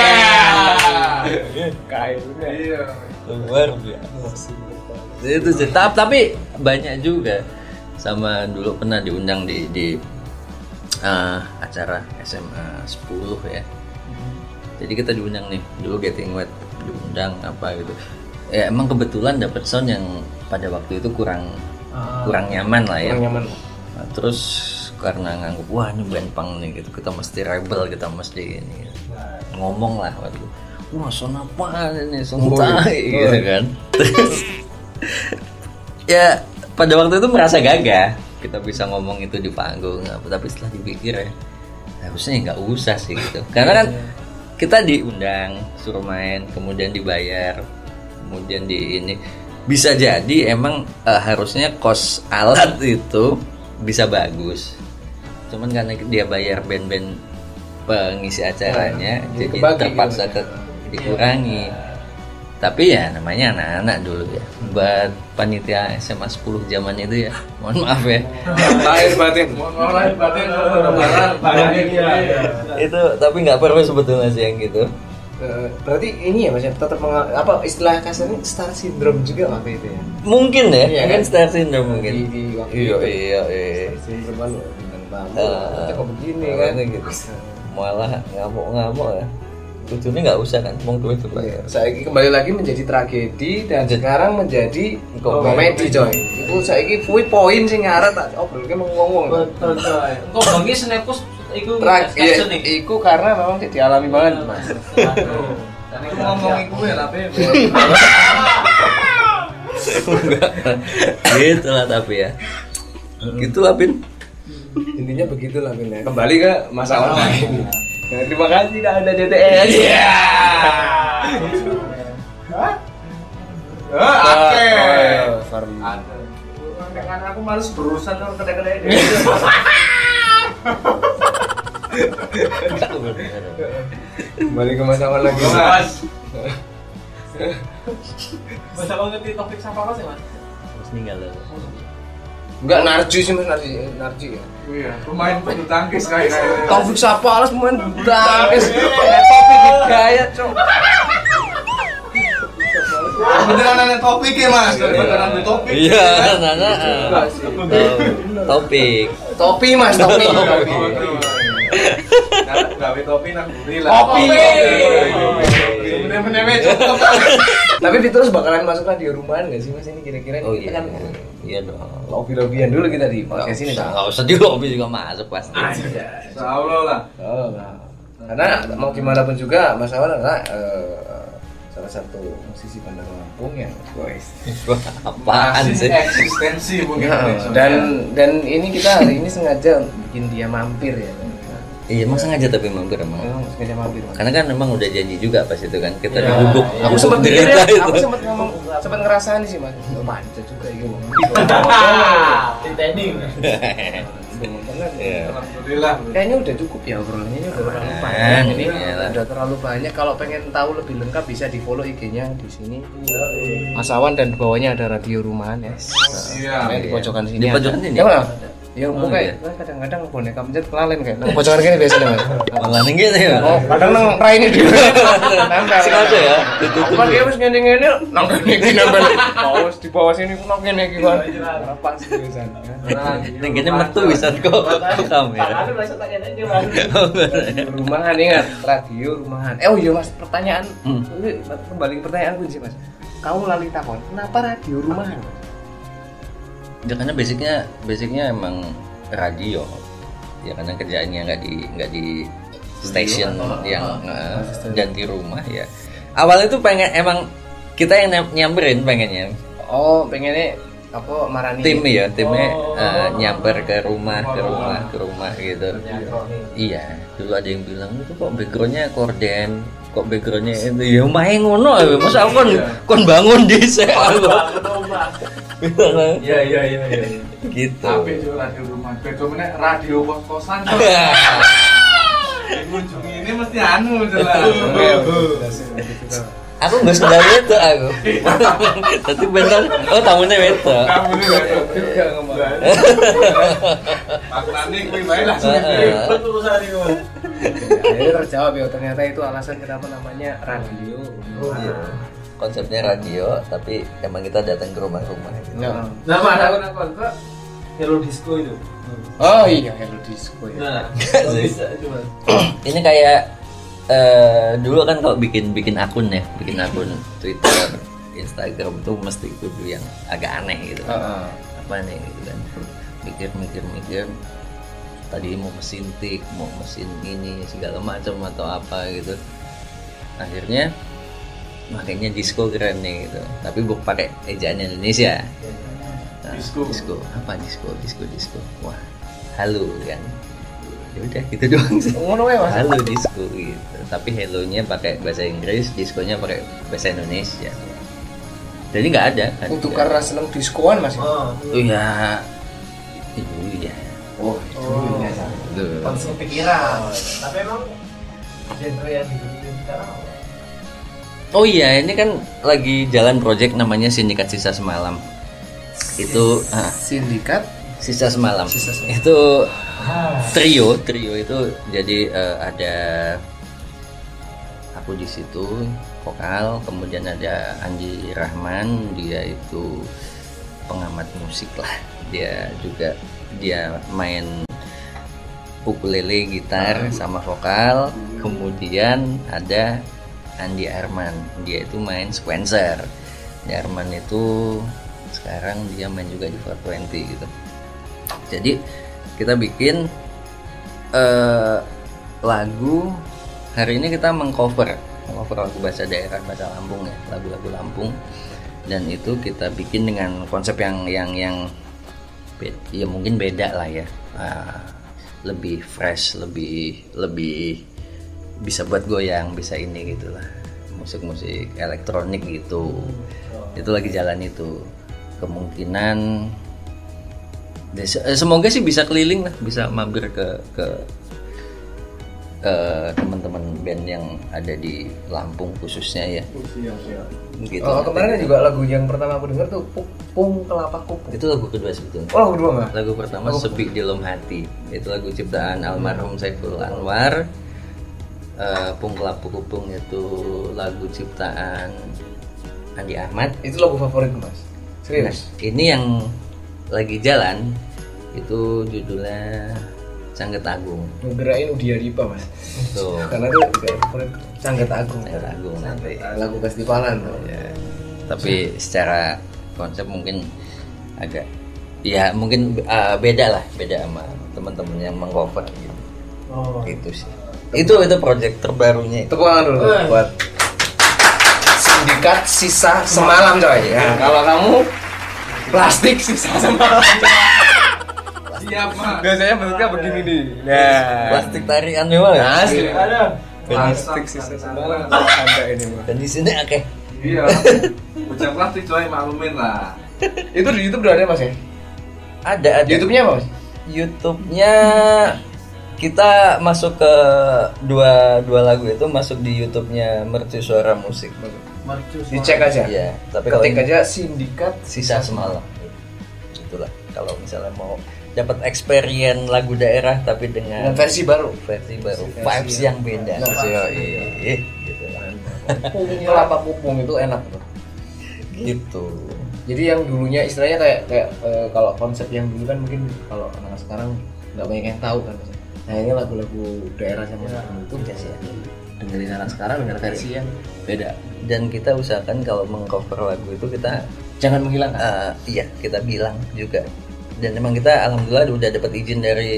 Kayak Iya. Luar biasa. Itu sih. Tapi banyak juga. Sama dulu pernah diundang di acara SMA 10 ya. Jadi kita diundang nih, dulu Getting Wet diundang apa gitu. Ya emang kebetulan dapet sound yang pada waktu itu kurang nyaman lah ya. Kurang nyaman. Nah, terus karena nganggep wah ini band punk nih gitu, kita mesti rebel, kita mesti ini ngomong lah waktu. Wah sound apa ini, sound tai gitu kan. Terus ya pada waktu itu merasa gagah kita bisa ngomong itu di panggung, tapi setelah dipikir ya harusnya nggak usah sih gitu, karena kan kita diundang suruh main, kemudian dibayar, kemudian di ini bisa jadi emang harusnya kos alat itu bisa bagus, cuman karena dia bayar band-band pengisi acaranya jadi terpaksa dikurangi. Tapi ya namanya anak-anak dulu ya. Buat panitia SMA 10 zaman itu ya. Mohon maaf ya. Lahir batin. Lahir batin lebaran. Itu tapi nggak perlu sebetulnya sih yang gitu. Berarti ini ya Mas, tetap apa istilah kasarnya star syndrome juga waktu itu ya. Mungkin ya. Iya, Mungkin kan? star syndrome mungkin. Di waktu Iya. Star syndrome kan bintang tamu. Kok begini kan gitu. Malah ngamuk-ngamuk ya. Tujuannya nggak usah kan, mau duit bayar. Saya kembali lagi menjadi tragedi dan sekarang menjadi komedi coy. Itu saya poin sing ngarep tak obrolke mau ngomong. Betul coy. Kok bagi Snapcus iku Iku karena memang dialami banget Mas. Dan itu ngomongin gue lah Beb. Gitu lah tapi ya. Gitulah Bin. Intinya begitulah Bin. Kembali ke masalah lain. Nah, terima kasih dah ada JTS. Iya. Oke. Sorry. Karena aku males berurusan sama kedai-kedai ini. Kembali ke masalah lagi. Mas. Mas kalau ngerti topik sampah apa sih Mas? Terus ninggal loh. Enggak narji sih Mas, narji ya. Iya, pemain bulu tangkis kayak. Taufik Sapalas pemain bulu tangkis. Topik hidayat, Cok. Beneran nanya topik ya mas, daripada ngambil topik. Iya, nana topik. Topi mas, topi. Kalau gawe topi nang buri lah. Topi. Bener-bener cukup. Tapi Fitrus bakalan masuk radio rumahan nggak sih mas ini kira-kira? Oh Kita iya, kan iya dong. lobby-lobbyan dulu kita di podcast ini. Nggak usah di lobby juga masuk pasti. Insyaallah lah. Oh, nah. Karena mau gimana pun juga Mas Awan adalah salah satu musisi Bandar Lampung yang guys. Apaan Masih sih? eksistensi mungkin. Dan ini kita hari ini sengaja bikin dia mampir ya. Iya, emang sengaja tapi mampir emang. Sengaja mampir. Mas. Karena kan memang udah janji juga pas itu kan kita Iya. dihubung. Aku sempat cerita mikirnya, itu. aku sempat ngomong, sempat ngerasain sih mas. Oh, panca juga gitu. Titanic. Iya. Alhamdulillah. Kayaknya udah cukup ya obrolannya udah terlalu Nah, banyak. Ini iyalah. udah terlalu banyak. Kalau pengen tahu lebih lengkap bisa di follow IG-nya di sini. Mas Awan dan di bawahnya ada radio rumahan ya. Siap. Di pojokan sini. Di ada. pojokan sini? Ya mana? Ya Oh, kayak iya. kadang-kadang boneka pencet kelalen kayak. Nang pojokan gini biasanya mas. Malah nih gitu ya. Oh, kadang nang rai ini dulu. Nempel. Sengaja ya. Apa dia wis ngene-ngene nang kene iki nempel. Oh, wis di bawah sini nang kene iki kan. Apa sih biasanya? Nih gini metu bisa kok kamera. Rumahan ingat, radio rumahan. Oh iya mas, pertanyaan. Hmm. Ini kembali ke pertanyaanku sih mas. Kamu lali takon, kenapa radio rumahan? Mas? Ya karena basicnya emang radio. Ya karena kerjaannya nggak di station yang dan di rumah ya. Awalnya tuh pengen emang kita yang nyamperin pengennya. Oh, pengennya apa marani? Timnya nyamper ke rumah gitu. Iya, dulu ada yang bilang itu kok backgroundnya korden, kok backgroundnya itu ya main ngono, masa aku kon bangun di aku. Iya. Gitu. Tapi itu radio rumah. Beda meneh radio kos-kosan. Di ujung ini mesti anu jelas. Aku nggak sudah itu aku. Tapi bentar, tamunya itu. Kamu ini Juga ngomong. maknane kuwi bae lah. Betul sekali mas. Jadi terjawab ya ternyata itu alasan kenapa namanya radio. Konsepnya radio, tapi emang kita datang ke rumah-rumah. Gitu. Nah. Nama akun kok Hello Disco itu. Oh iya, Hello Disco ya. Nah, sih. bisa cuma. Ini kayak dulu kan kalau bikin akun Twitter, Instagram tuh mesti kudu yang agak aneh gitu. Apa nih gitu kan. Mikir. Tadi mau mesin tik, mau mesin ini segala macam atau apa gitu. Akhirnya makanya disco keren nih gitu. Tapi bukan pakai ejaan Indonesia. Nah, disco. Apa disco? Wah, halu kan. Ya udah gitu doang sih. Ngono wae Mas. Halo disco gitu. Tapi hello-nya pakai bahasa Inggris, disco-nya pakai bahasa Indonesia. Jadi nggak ada kan. Untuk karena seneng diskoan Mas. Oh, Oh ya. Iya. Oh, iya. Tuh. langsung pikiran. Tapi emang genre yang didengerin sekarang apa? Oh iya, ini kan lagi jalan project namanya Sindikat Sisa Semalam. Itu Sindikat Sisa Semalam. Sisa Semalam. Itu trio itu jadi ada aku di situ vokal, kemudian ada Andi Rahman, dia itu pengamat musik lah. Dia main ukulele, gitar sama vokal. Kemudian ada Andi Arman, dia itu main sequencer. Andi Arman itu sekarang dia main juga di 420 gitu. Jadi kita bikin lagu. Hari ini kita mengcover lagu bahasa daerah, bahasa Lampung ya, lagu-lagu Lampung. Dan itu kita bikin dengan konsep yang ya mungkin beda lah ya. Lebih fresh, lebih bisa buat goyang, bisa ini gitulah, musik elektronik gitu. Itu lagi jalan itu. Kemungkinan semoga sih bisa keliling lah, bisa mampir ke teman-teman band yang ada di Lampung khususnya ya. Gitu. Oh, kemarin juga lagu yang pertama aku dengar tuh Pung Kelapa Kupu. Itu lagu kedua sebetulnya. Oh, lagu kedua enggak? Lagu pertama Sepi di Lom Hati. Itu lagu ciptaan almarhum Saiful Anwar. Pung Kelapa Kupung itu lagu ciptaan Andi Ahmad. Itu lagu favorit Mas. Serius. Ini yang lagi jalan itu judulnya Cangget Agung. Ngegerain Udia Dipa Mas. Tuh. Karena itu juga favorit Cangget Agung. Cangget Agung nanti. Lagu festivalan tuh. Ya. Tapi secara konsep mungkin agak ya mungkin beda sama teman-teman yang mengcover gitu. Oh. Itu sih. Itu project terbarunya. Tepuk tangan dulu buat Sindikat Sisa Semalam coy. Ya, kalau kamu plastik sisa semalam. Siap, Mas. Biasanya bentuknya begini nih. Nah, Plastik tarian memang ya. asli. Ada. Plastik sisa semalam ada ini Mas. Dan di sini oke. Iya. Ucap plastik coy, maklumin lah. Itu di YouTube udah ada Mas ya? Ada. YouTube-nya apa Mas? YouTube-nya kita masuk ke dua lagu itu masuk di YouTube-nya Mercusuara Musik. Dicek aja. Iya, tapi kalau Ketik ini aja Sindikat Sisa Semalam. Itulah kalau misalnya mau dapat experience lagu daerah tapi dengan versi baru. vibes yang beda. Gitu lah. Kelapa pupung itu enak tuh. Gitu. Jadi yang dulunya istilahnya kayak kalau konsep yang dulu kan mungkin kalau anak sekarang nggak banyak yang tahu kan. Nah ini lagu-lagu daerah yang masuk itu biasa dengerin anak sekarang dengan versi yang beda. Dan kita usahakan kalau mengcover lagu itu kita Jangan menghilangkan. iya kita bilang juga. Dan memang kita alhamdulillah udah dapat izin dari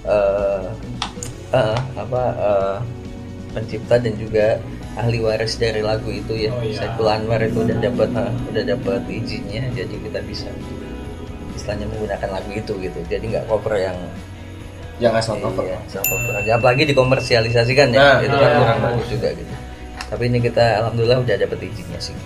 pencipta dan juga ahli waris dari lagu itu ya. Saiful Anwar itu udah dapat izinnya, jadi kita bisa istilahnya menggunakan lagu itu gitu. Jadi nggak cover yang asal cover. Iya, asal cover aja. Apalagi dikomersialisasikan ya, itu kan kurang bagus juga gitu. Tapi ini kita alhamdulillah udah dapat izinnya sih.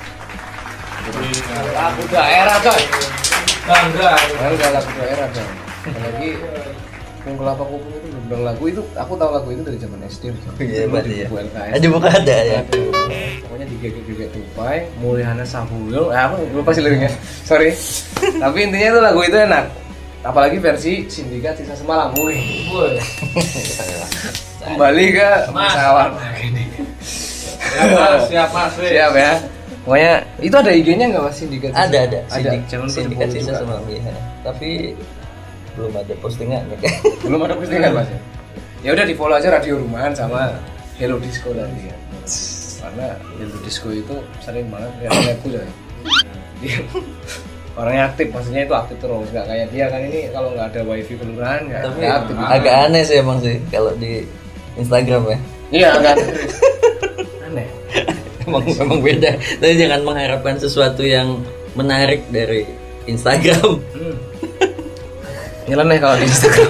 Lagu daerah coy. Bangga. Udah lagu daerah coy. Apalagi Pung Kelapa Kupung itu bener lagu itu aku tahu lagu itu dari zaman SD. Iya, berarti ya. LKS. Ada buka ada ya. Pokoknya digegek Tupai, Mulyana Sahulul. Aku lupa sih liriknya. Sorry. Tapi intinya itu lagu itu enak. Apalagi versi Sindikat Sisa Semalam. Wih. Kembali ke pesawat ini. Siap, Mas. Siap ya. Pokoknya itu ada IG-nya nggak Mas Sindikat? Ada. Jangan Sindikat Sisa juga. Semalam ya. Tapi belum ada postingannya kan. Belum ada postingan Mas ya. Ya udah di-follow aja Radio Rumahan sama Hello Disco tadi ya. Karena Hello Disco itu sering banget lihat-lihatku ya. Dia orangnya aktif, maksudnya itu aktif terus, nggak kayak dia kan ini kalau nggak ada wifi kelurahan nggak Tapi aktif. agak aneh sih emang sih kalau di Instagram ya. Iya agak aneh. Memang beda. Tapi jangan mengharapkan sesuatu yang menarik dari Instagram. Nyeleneh kalau di Instagram.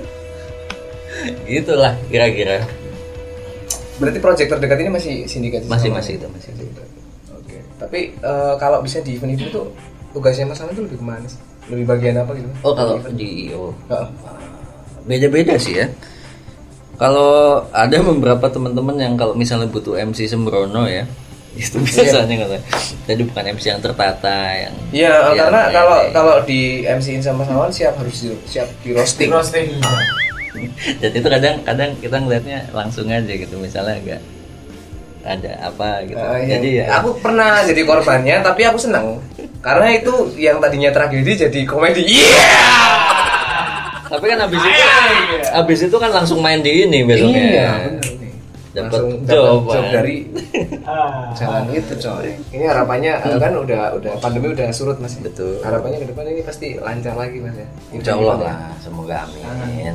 Itulah kira-kira. Berarti project terdekat ini masih Sindikat Sisa Semalam? Masih. Oke. Tapi kalau bisa di event itu tugasnya Mas Alan itu lebih kemana sih? Lebih bagian apa gitu? Oh kalau event? di Heeh. beda-beda sih ya. Kalau ada beberapa teman-teman yang kalau misalnya butuh MC sembrono ya, itu biasanya katanya. Jadi bukan MC yang tertata yang. Iya, yang karena kayak- kalau di MC-in sama Sawan siap di roasting. Dan itu kadang kita ngelihatnya langsung aja gitu, misalnya agak ada apa gitu. Iya. Jadi ya Aku pernah jadi korbannya, tapi aku senang karena itu yang tadinya tragedi jadi komedi. Iya. tapi kan habis itu kan langsung main di ini besoknya. Iya, benar nih. Dapat Langsung job, job kan. dari jalan itu coy. Ini harapannya kan udah pandemi udah surut Mas. Betul. Harapannya ke depan ini pasti lancar lagi Mas ya. Insya Allah lah, semoga amin.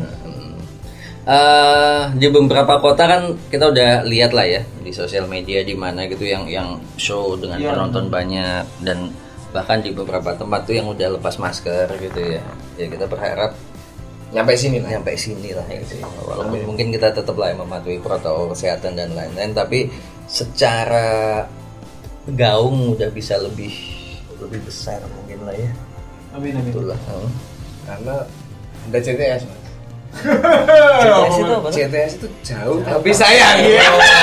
Di beberapa kota kan kita udah lihat lah ya di sosial media di mana gitu yang show dengan penonton banyak, dan bahkan di beberapa tempat tuh yang udah lepas masker gitu ya. Ya kita berharap Nyampe sini lah gitu ya. Walaupun mungkin kita tetap lah mematuhi protokol kesehatan dan lain-lain, tapi secara gaung udah bisa lebih besar mungkin lah ya. Amin. Itulah. karena ada CTS Mas. CTS itu apa? CTS itu jauh tapi sayang.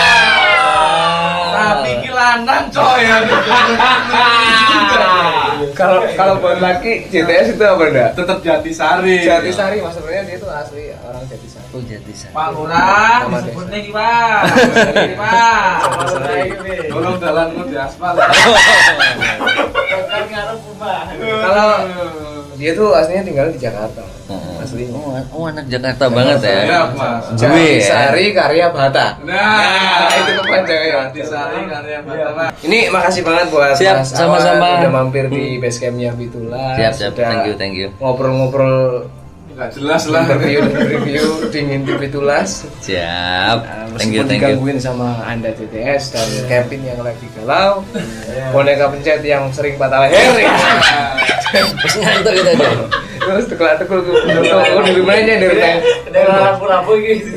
Tapi ki lanang coy. Kalau buat laki JTS itu apa enggak? Tetap Jatisari. Jatisari maksudnya dia itu asli orang Jatisari. Oh jadi saya. Pak Lurah, Nama disebutnya iki, Pak. Ini, Pak. Tolong jalanku di aspal. Bukan ngarep rumah. Kalau dia tuh aslinya tinggal di Jakarta. Aslinya. Oh anak Jakarta banget ya. Iya, Mas. Gue ya. Jatisari Karya Bata. Nah, itu kepanjangannya. Jatisari karya Bata. Ini makasih banget buat Siap, Mas sama-sama. Awan udah mampir di basecampnya Bitulas. Siap. Sudah Thank you. Ngobrol-ngobrol Enggak jelas lah. review dingin di Bitulas. Siap. Thank you. Meskipun digangguin sama Anda TTS dan Kevin yang lagi galau, boneka pencet yang sering patah leher. Terus ngantuk kita deh. Terus tekul-tekul dari mainnya dari tank. Ada lampu-lampu gitu.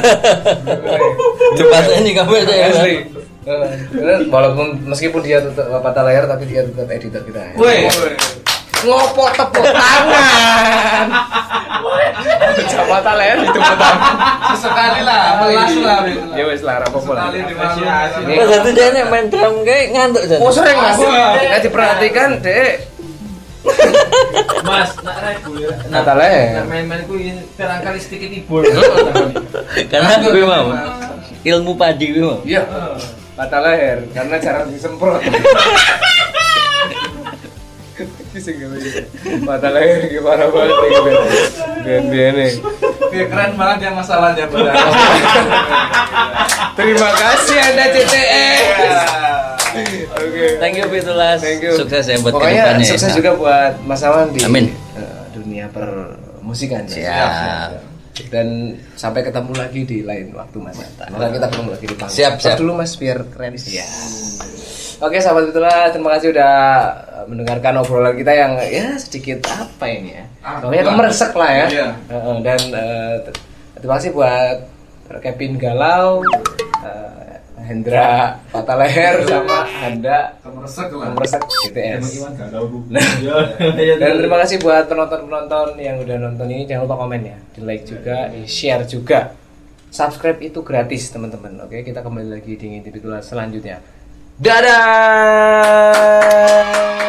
Cepat ini kamu aja ya. Asli. Karena walaupun meskipun dia tetap patah leher tapi dia tetap editor kita. Woi. Ngopo tepuk tangan. Pecah patah leher ditepuk tangan. Sesekali lah, melas lah. Ya wes lah, apa-apa lah. Sekali di Pas satu dia nek main drum kayak ngantuk jadi. Oh sering mas, nggak diperhatikan dek. Mas, nak reguler. Patah leher. Nak main-main ku barangkali sedikit ibul. Karena gue mau ilmu padi gue mau. Iya, patah leher karena jarang disemprot. Kisah patah leher gimana banget nih nih. Keren banget ya masalahnya benar. Terima kasih Anda CTS. Oke. Thank you Bitulas. Thank you. Sukses ya buat Pokoknya kedepannya. sukses juga buat Mas Awan di Amin. Dunia permusikan. Siap. Dan sampai ketemu lagi di lain waktu Mas. Maka kita ketemu lagi di panggung. Siap. Dulu Mas biar keren. Iya. Oke sahabat Bitulas, terima kasih udah mendengarkan obrolan kita yang ya sedikit apa ini ya. Pokoknya kemeresek lah ya. Iya. Dan terima kasih buat Kevin Galau, Hendra patah leher sama Anda Kemeresek lah. Kemeresek GTS. Dan terima kasih buat penonton-penonton yang udah nonton ini. Jangan lupa komen ya, di like juga, di share juga. Subscribe itu gratis teman-teman. Oke, kita kembali lagi di Ngintip Bitulas selanjutnya. Dadah.